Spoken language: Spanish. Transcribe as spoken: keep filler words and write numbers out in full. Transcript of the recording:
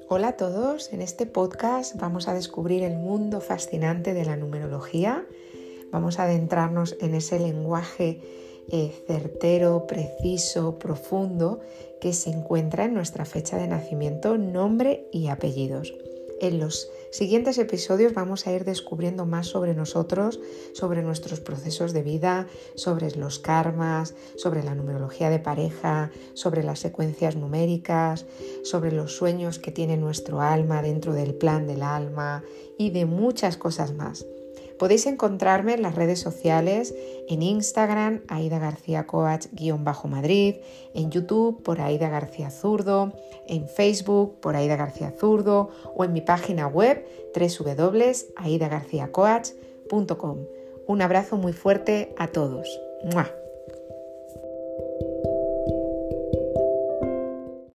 Hola a todos, en este podcast vamos a descubrir el mundo fascinante de la numerología. Vamos a adentrarnos en ese lenguaje eh, certero, preciso, profundo que se encuentra en nuestra fecha de nacimiento, nombre y apellidos. En los siguientes episodios vamos a ir descubriendo más sobre nosotros, sobre nuestros procesos de vida, sobre los karmas, sobre la numerología de pareja, sobre las secuencias numéricas, sobre los sueños que tiene nuestro alma dentro del plan del alma y de muchas cosas más. Podéis encontrarme en las redes sociales, en Instagram, Aida García Coach guión bajo Madrid, en YouTube por Aida García Zurdo, en Facebook por Aida García Zurdo o en mi página web doble u doble u doble u punto aida garcía coach punto com. Un abrazo muy fuerte a todos. ¡Mua!